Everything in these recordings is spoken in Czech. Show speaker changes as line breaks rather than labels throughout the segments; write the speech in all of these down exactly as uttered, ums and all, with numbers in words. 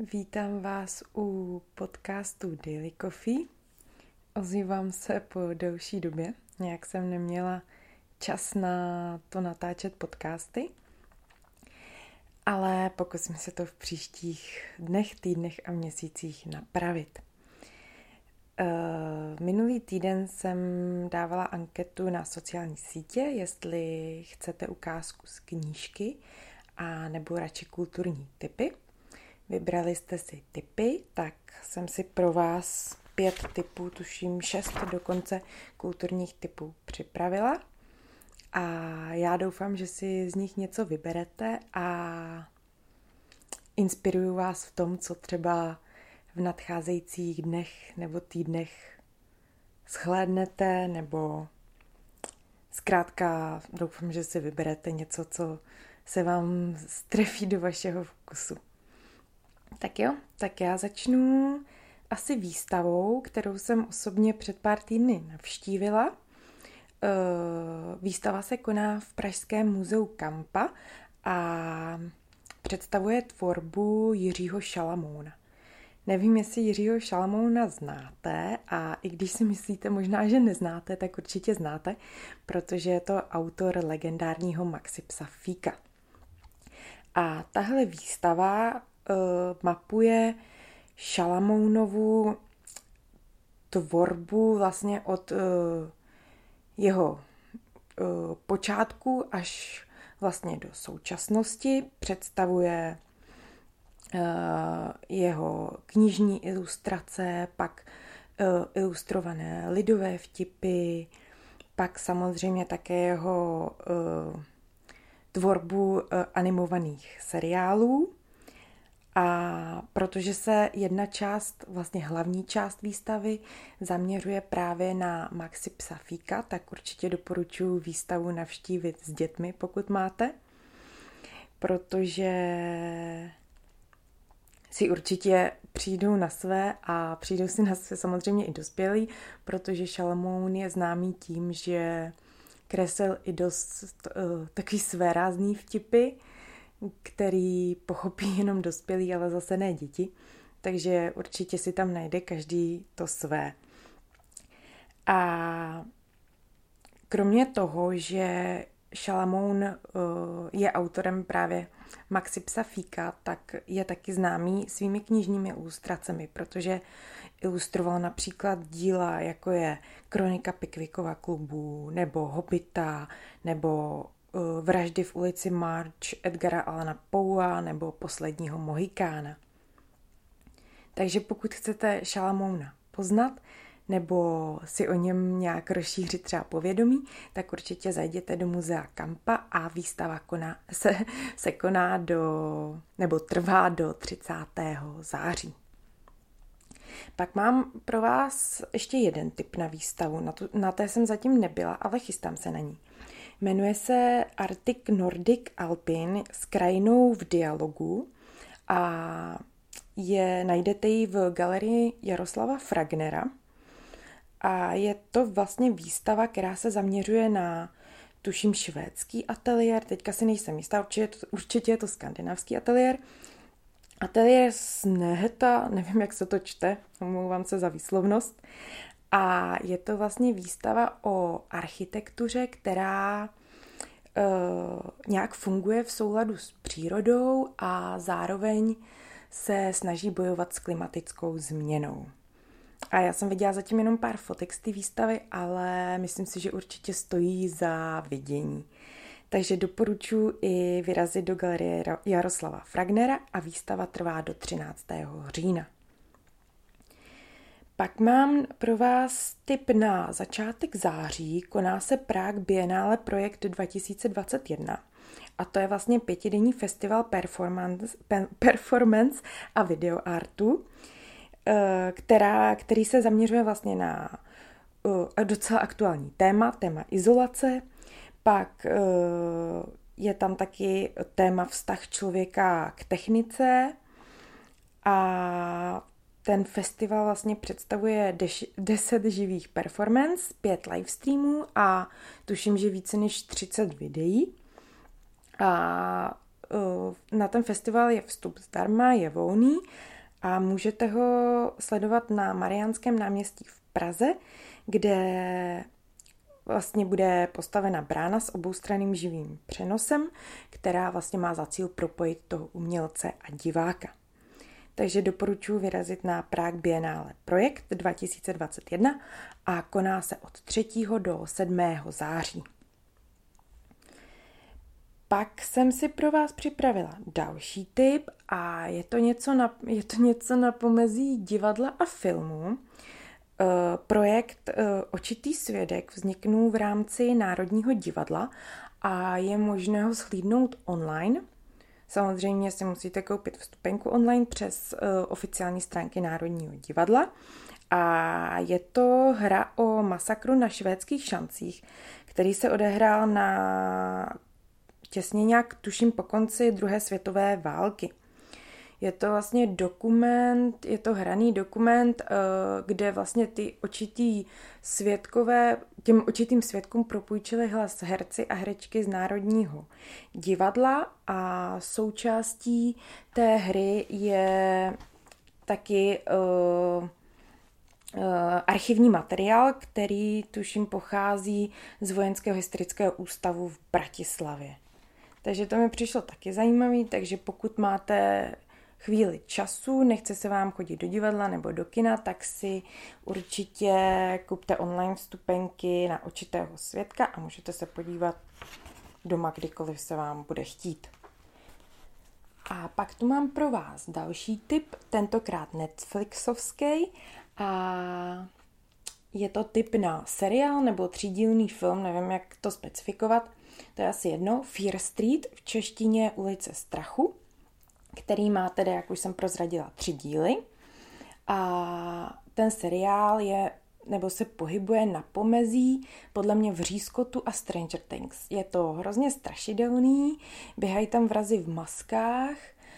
Vítám vás u podcastu Daily Coffee. Ozývám se po delší době. Nějak jsem neměla čas na to natáčet podcasty, ale pokusím se to v příštích dnech, týdnech a měsících napravit. Minulý týden jsem dávala anketu na sociální sítě, jestli chcete ukázku z knížky a nebo radši kulturní tipy. Vybrali jste si tipy, tak jsem si pro vás pět tipů, tuším šest dokonce kulturních tipů připravila. A já doufám, že si z nich něco vyberete a inspiruju vás v tom, co třeba v nadcházejících dnech nebo týdnech shlédnete, nebo zkrátka doufám, že si vyberete něco, co se vám strefí do vašeho vkusu. Tak jo, tak já začnu asi výstavou, kterou jsem osobně před pár týdny navštívila. Výstava se koná v Pražském muzeu Kampa a představuje tvorbu Jiřího Šalamouna. Nevím, jestli Jiřího Šalamouna znáte, a i když si myslíte možná, že neznáte, tak určitě znáte, protože je to autor legendárního Maxi Psafíka. A tahle výstava mapuje Šalamounovu tvorbu vlastně od jeho počátku až vlastně do současnosti. Představuje jeho knižní ilustrace, pak ilustrované lidové vtipy, pak samozřejmě také jeho tvorbu animovaných seriálů. A protože se jedna část, vlastně hlavní část výstavy zaměřuje právě na Maxi Psafíka, tak určitě doporučuji výstavu navštívit s dětmi, pokud máte, protože si určitě přijdou na své a přijdou si na své samozřejmě i dospělí, protože Šalamoun je známý tím, že kreslil i dost uh, takový svérázný vtipy, který pochopí jenom dospělí, ale zase ne děti. Takže určitě si tam najde každý to své. A kromě toho, že Šalamoun je autorem právě Maxi Psafíka, tak je taky známý svými knižními ilustracemi, protože ilustroval například díla, jako je Kronika Pickwickova klubu, nebo Hobita, nebo Vraždy v ulici March Edgara Allana Poea nebo Posledního Mohikána. Takže pokud chcete Šalamouna poznat nebo si o něm nějak rozšířit třeba povědomí, tak určitě zajděte do muzea Kampa a výstava koná, se, se koná do, nebo trvá do třicátého září. Pak mám pro vás ještě jeden tip na výstavu. Na, tu, na té jsem zatím nebyla, ale chystám se na ní. Jmenuje se Arctic Nordic Alpine s krajinou v dialogu a je, najdete ji v galerii Jaroslava Fragnera. A je to vlastně výstava, která se zaměřuje na, tuším, švédský ateliér, teďka si nejsem jistá, určitě je to, určitě je to skandinávský ateliér. Ateliér Sneheta, nevím, jak se to čte, omlouvám se za výslovnost. A je to vlastně výstava o architektuře, která e, nějak funguje v souladu s přírodou a zároveň se snaží bojovat s klimatickou změnou. A já jsem viděla zatím jenom pár fotek z té výstavy, ale myslím si, že určitě stojí za vidění. Takže doporučuji i vyrazit do galerie Jaroslava Fragnera a výstava trvá do třináctého října. Pak mám pro vás tip na začátek září, koná se Prague Biennale Projekt dva tisíce dvacet jedna a to je vlastně pětidenní festival performance, performance a videoartu, která, který se zaměřuje vlastně na docela aktuální téma, téma izolace, pak je tam taky téma vztah člověka k technice a ten festival vlastně představuje deset živých performance, pět livestreamů a tuším, že více než třicet videí. A na ten festival je vstup zdarma, je volný a můžete ho sledovat na Mariánském náměstí v Praze, kde vlastně bude postavena brána s oboustranným živým přenosem, která vlastně má za cíl propojit toho umělce a diváka. Takže doporučuji vyrazit na Prague Biennale projekt dva tisíce dvacet jedna a koná se od třetího do sedmého září. Pak jsem si pro vás připravila další tip a je to něco na, je to něco na pomezí divadla a filmu. Projekt Očitý svědek vzniknul v rámci Národního divadla a je možné ho shlédnout online. Samozřejmě si musíte koupit vstupenku online přes oficiální stránky Národního divadla. A je to hra o masakru na švédských šancích, který se odehrál na těsně nějak, tuším, po konci druhé světové války. Je to vlastně dokument, je to hraný dokument, kde vlastně ty očitý svědkové, těm očitým svědkům propůjčili hlas herci a herečky z Národního divadla a součástí té hry je taky uh, uh, archivní materiál, který tuším pochází z Vojenského historického ústavu v Bratislavě. Takže to mi přišlo taky zajímavý, takže pokud máte chvíli času, nechce se vám chodit do divadla nebo do kina, tak si určitě kupte online vstupenky na Očitého svědka a můžete se podívat doma, kdykoliv se vám bude chtít. A pak tu mám pro vás další tip, tentokrát Netflixovský, a je to tip na seriál nebo třídílný film, nevím, jak to specifikovat. To je asi jedno, Fear Street, v češtině Ulice strachu, který má tedy, jak už jsem prozradila, tři díly. A ten seriál je, nebo se pohybuje na pomezí, podle mě Vřískotu a Stranger Things. Je to hrozně strašidelný, běhají tam vrazi v maskách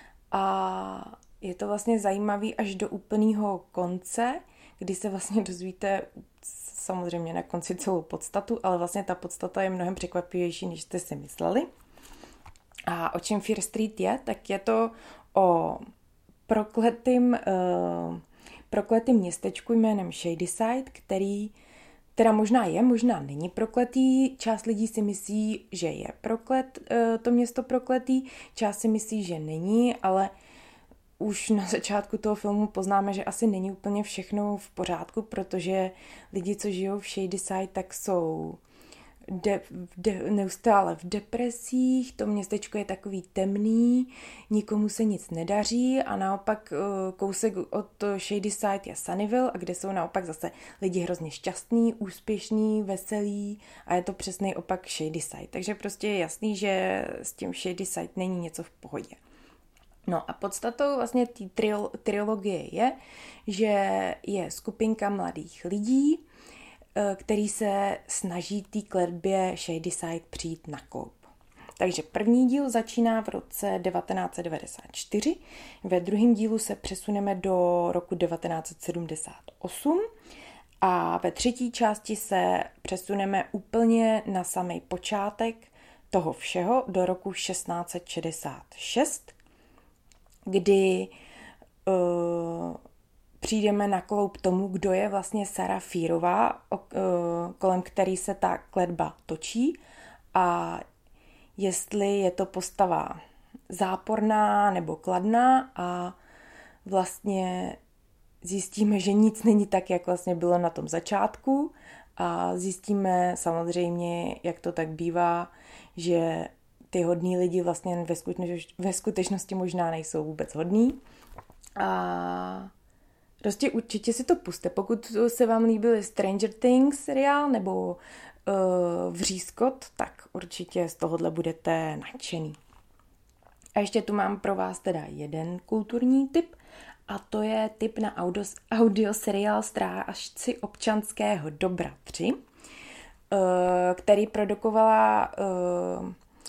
a je to vlastně zajímavý až do úplného konce, kdy se vlastně dozvíte samozřejmě na konci celou podstatu, ale vlastně ta podstata je mnohem překvapivější, než jste si mysleli. A o čem Fear Street je? Tak je to o prokletým, uh, prokletým městečku jménem Shadyside, který teda možná je, možná není prokletý. Část lidí si myslí, že je proklet, uh, to město prokletý, část si myslí, že není, ale už na začátku toho filmu poznáme, že asi není úplně všechno v pořádku, protože lidi, co žijou v Shadyside, tak jsou De, de, neustále v depresích, to městečko je takový temný, nikomu se nic nedaří a naopak kousek od Shadyside je Sunnyville, a kde jsou naopak zase lidi hrozně šťastní, úspěšní, veselí a je to přesný opak Shadyside. Takže prostě je jasný, že s tím Shadyside není něco v pohodě. No a podstatou vlastně té trilogie je, že je skupinka mladých lidí, který se snaží té kletbě Shadyside přijít na kloup. Takže první díl začíná v roce devatenáct set devadesát čtyři, ve druhém dílu se přesuneme do roku devatenáct set sedmdesát osm a ve třetí části se přesuneme úplně na samý počátek toho všeho do roku šestnáct set šedesát šest, kdy uh, přijdeme na kloup tomu, kdo je vlastně Sarah Fearová, kolem který se ta kletba točí a jestli je to postava záporná nebo kladná a vlastně zjistíme, že nic není tak, jak vlastně bylo na tom začátku a zjistíme samozřejmě, jak to tak bývá, že ty hodní lidi vlastně ve skutečnosti, ve skutečnosti možná nejsou vůbec hodní a prostě určitě si to puste. Pokud se vám líbily Stranger Things seriál nebo uh, Vřískot, tak určitě z tohohle budete nadšený. A ještě tu mám pro vás teda jeden kulturní tip a to je tip na audio, audio seriál Strážci občanského dobra tři, uh, který produkovala uh,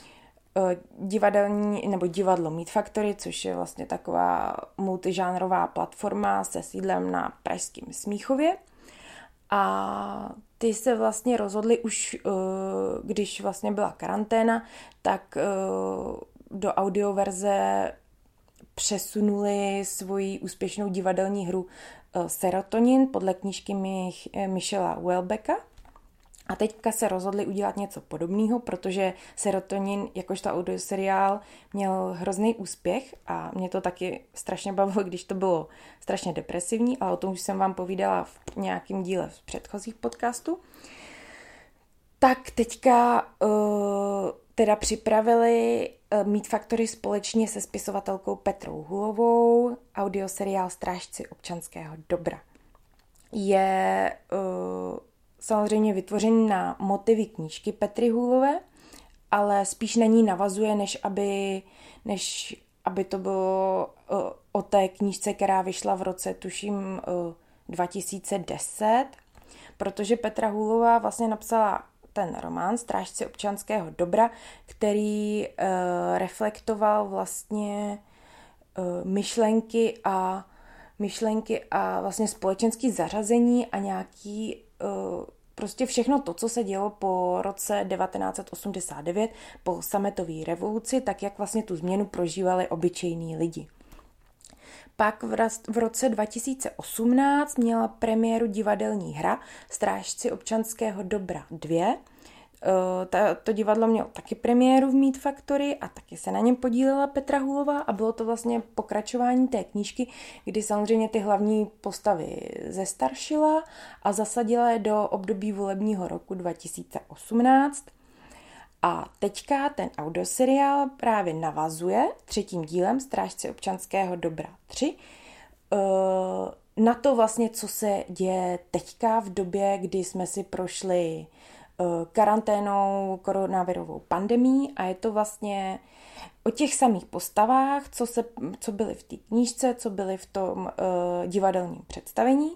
divadelní nebo divadlo Meat Factory, což je vlastně taková multižánrová platforma se sídlem na pražském Smíchově. A ty se vlastně rozhodli už, když vlastně byla karanténa, tak do audioverze přesunuli svoji úspěšnou divadelní hru Serotonin podle knížky Mich- Michela Houellebecqa. A teďka se rozhodli udělat něco podobného, protože Serotonin, jakožto audioseriál, měl hrozný úspěch a mě to taky strašně bavilo, když to bylo strašně depresivní, ale o tom už jsem vám povídala v nějakém díle z předchozích podcastů. Tak teďka uh, teda připravili uh, Meat Factory společně se spisovatelkou Petrou Hulovou audioseriál Strážci občanského dobra. Je uh, samozřejmě vytvořený na motivy knížky Petry Hulové, ale spíš na ní navazuje, než aby, než aby to bylo uh, o té knížce, která vyšla v roce, tuším, uh, dva tisíce deset, protože Petra Hulová vlastně napsala ten román Strážci občanského dobra, který uh, reflektoval vlastně uh, myšlenky a myšlenky a vlastně společenské zařazení a nějaký uh, prostě všechno to, co se dělo po roce devatenáct set osmdesát devět, po sametové revoluci, tak jak vlastně tu změnu prožívali obyčejní lidi. Pak v roce dva tisíce osmnáct měla premiéru divadelní hra Strážci občanského dobra dva. To divadlo mělo taky premiéru v Meat Factory a taky se na něm podílela Petra Hulová a bylo to vlastně pokračování té knížky, kdy samozřejmě ty hlavní postavy zestaršila a zasadila je do období volebního roku dva tisíce osmnáct. A teďka ten audioseriál právě navazuje třetím dílem Strážci občanského dobra tři na to vlastně, co se děje teďka v době, kdy jsme si prošli karanténou, koronavirovou pandemií a je to vlastně o těch samých postavách, co, se, co byly v té knížce, co byly v tom uh, divadelním představení,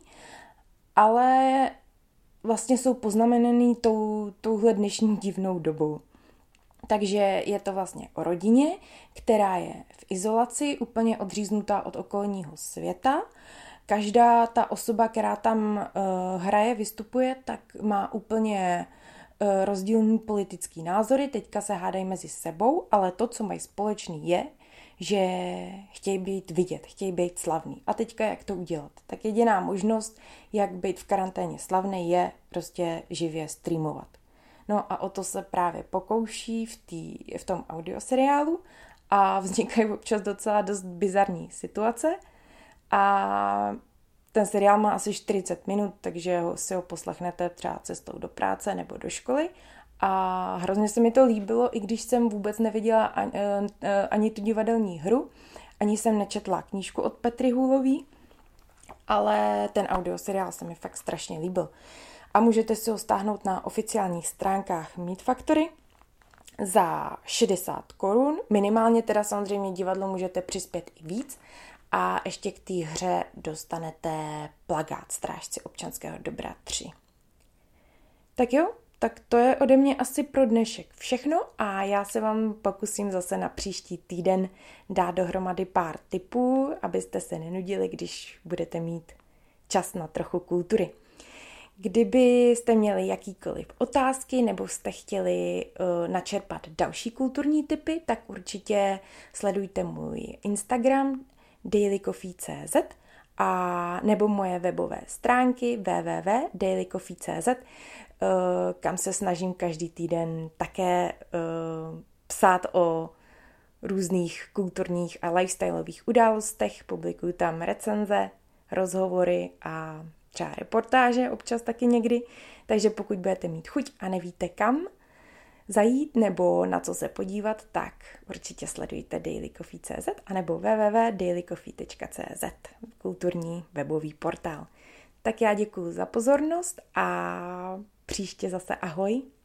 ale vlastně jsou poznamenaný tou, touhle dnešní divnou dobou. Takže je to vlastně o rodině, která je v izolaci, úplně odříznutá od okolního světa. Každá ta osoba, která tam uh, hraje, vystupuje, tak má úplně uh, rozdílný politický názory, teďka se hádají mezi sebou, ale to, co mají společný, je, že chtějí být vidět, chtějí být slavný. A teďka jak to udělat? Tak jediná možnost, jak být v karanténě slavný, je prostě živě streamovat. No a o to se právě pokouší v, tý, v tom audioseriálu a vznikají občas docela dost bizarní situace. A ten seriál má asi čtyřicet minut, takže ho, si ho poslechnete třeba cestou do práce nebo do školy. A hrozně se mi to líbilo, i když jsem vůbec neviděla ani, ani tu divadelní hru, ani jsem nečetla knížku od Petry Hulový, ale ten audioseriál se mi fakt strašně líbil. A můžete si ho stáhnout na oficiálních stránkách Meat Factory za šedesát korun. Minimálně teda samozřejmě divadlo můžete přispět i víc. A ještě k té hře dostanete plakát Strážci občanského dobra tři. Tak jo, tak to je ode mě asi pro dnešek všechno a já se vám pokusím zase na příští týden dát dohromady pár tipů, abyste se nenudili, když budete mít čas na trochu kultury. Kdybyste měli jakýkoliv otázky nebo jste chtěli uh, načerpat další kulturní tipy, tak určitě sledujte můj Instagram daily coffee tečka cé zet a nebo moje webové stránky w w w tečka daily coffee tečka cé zet, uh, kam se snažím každý týden také uh, psát o různých kulturních a lifestyleových událostech. Publikuju tam recenze, rozhovory a třeba reportáže, občas taky někdy, takže pokud budete mít chuť a nevíte kam zajít nebo na co se podívat, tak určitě sledujte daily coffee tečka cé zet anebo w w w tečka daily coffee tečka cé zet, kulturní webový portál. Tak já děkuji za pozornost a příště zase ahoj.